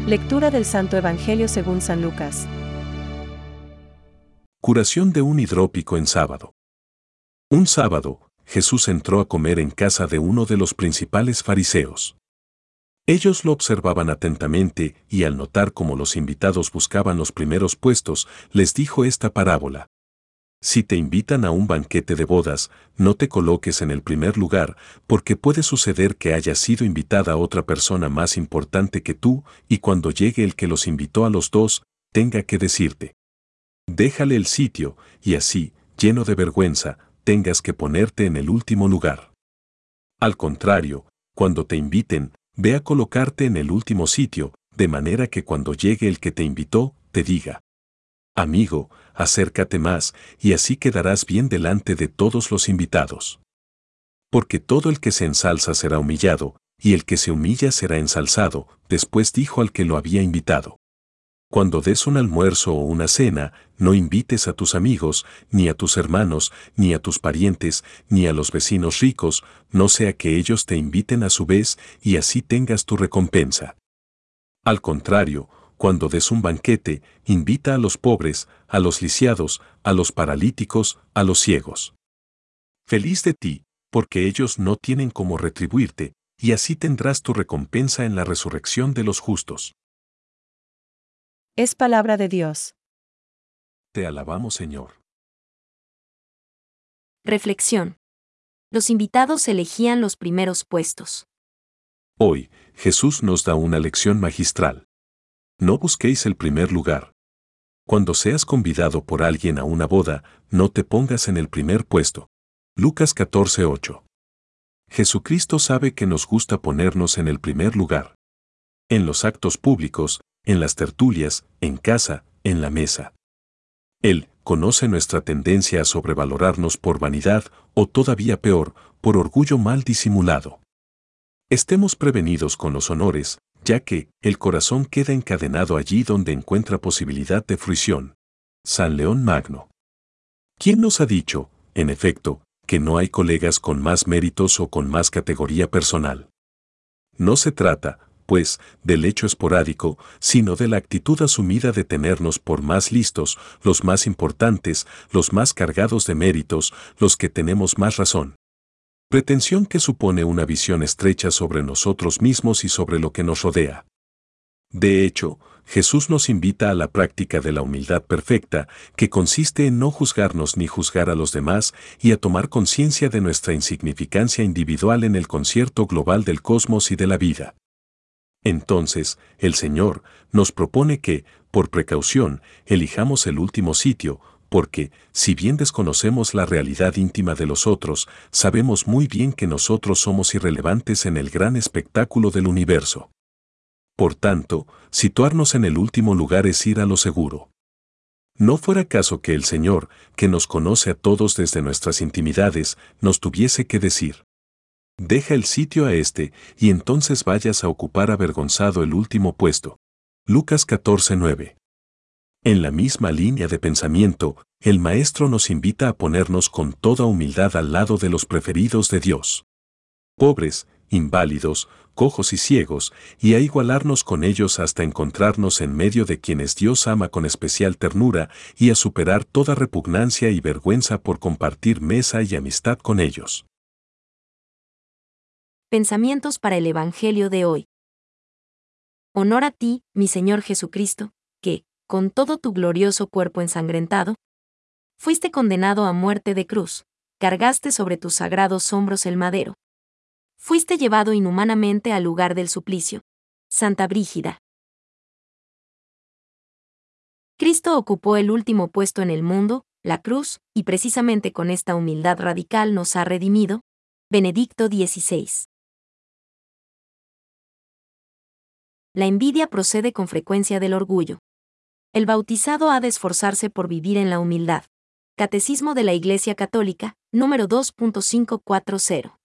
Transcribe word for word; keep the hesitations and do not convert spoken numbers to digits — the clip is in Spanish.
Lectura del Santo Evangelio según San Lucas. Curación de un hidrópico en sábado. Un sábado, Jesús entró a comer en casa de uno de los principales fariseos. Ellos lo observaban atentamente y al notar cómo los invitados buscaban los primeros puestos, les dijo esta parábola. Si te invitan a un banquete de bodas, no te coloques en el primer lugar, porque puede suceder que haya sido invitada otra persona más importante que tú, y cuando llegue el que los invitó a los dos, tenga que decirte: déjale el sitio, y así, lleno de vergüenza, tengas que ponerte en el último lugar. Al contrario, cuando te inviten, ve a colocarte en el último sitio, de manera que cuando llegue el que te invitó, te diga: amigo, acércate más, y así quedarás bien delante de todos los invitados. Porque todo el que se ensalza será humillado, y el que se humilla será ensalzado. Después dijo al que lo había invitado: cuando des un almuerzo o una cena, no invites a tus amigos, ni a tus hermanos, ni a tus parientes, ni a los vecinos ricos, no sea que ellos te inviten a su vez, y así tengas tu recompensa. Al contrario, cuando des un banquete, invita a los pobres, a los lisiados, a los paralíticos, a los ciegos. Feliz de ti, porque ellos no tienen cómo retribuirte, y así tendrás tu recompensa en la resurrección de los justos. Es palabra de Dios. Te alabamos, Señor. Reflexión. Los invitados elegían los primeros puestos. Hoy, Jesús nos da una lección magistral. No busquéis el primer lugar. Cuando seas convidado por alguien a una boda, no te pongas en el primer puesto. Lucas catorce ocho. Jesucristo sabe que nos gusta ponernos en el primer lugar. En los actos públicos, en las tertulias, en casa, en la mesa. Él conoce nuestra tendencia a sobrevalorarnos por vanidad o todavía peor, por orgullo mal disimulado. Estemos prevenidos con los honores, ya que el corazón queda encadenado allí donde encuentra posibilidad de fruición. San León Magno. ¿Quién nos ha dicho, en efecto, que no hay colegas con más méritos o con más categoría personal? No se trata, pues, del hecho esporádico, sino de la actitud asumida de tenernos por más listos, los más importantes, los más cargados de méritos, los que tenemos más razón. Pretensión que supone una visión estrecha sobre nosotros mismos y sobre lo que nos rodea. De hecho, Jesús nos invita a la práctica de la humildad perfecta, que consiste en no juzgarnos ni juzgar a los demás y a tomar conciencia de nuestra insignificancia individual en el concierto global del cosmos y de la vida. Entonces, el Señor nos propone que, por precaución, elijamos el último sitio, porque, si bien desconocemos la realidad íntima de los otros, sabemos muy bien que nosotros somos irrelevantes en el gran espectáculo del universo. Por tanto, situarnos en el último lugar es ir a lo seguro. ¿No fuera caso que el Señor, que nos conoce a todos desde nuestras intimidades, nos tuviese que decir: deja el sitio a este, y entonces vayas a ocupar avergonzado el último puesto? Lucas catorce nueve. En la misma línea de pensamiento, el Maestro nos invita a ponernos con toda humildad al lado de los preferidos de Dios. Pobres, inválidos, cojos y ciegos, y a igualarnos con ellos hasta encontrarnos en medio de quienes Dios ama con especial ternura y a superar toda repugnancia y vergüenza por compartir mesa y amistad con ellos. Pensamientos para el Evangelio de hoy. Honor a ti, mi Señor Jesucristo, que, con todo tu glorioso cuerpo ensangrentado, fuiste condenado a muerte de cruz, cargaste sobre tus sagrados hombros el madero. Fuiste llevado inhumanamente al lugar del suplicio. Santa Brígida. Cristo ocupó el último puesto en el mundo, la cruz, y precisamente con esta humildad radical nos ha redimido. Benedicto dieciséis. La envidia procede con frecuencia del orgullo. El bautizado ha de esforzarse por vivir en la humildad. Catecismo de la Iglesia Católica, número dos punto quinientos cuarenta.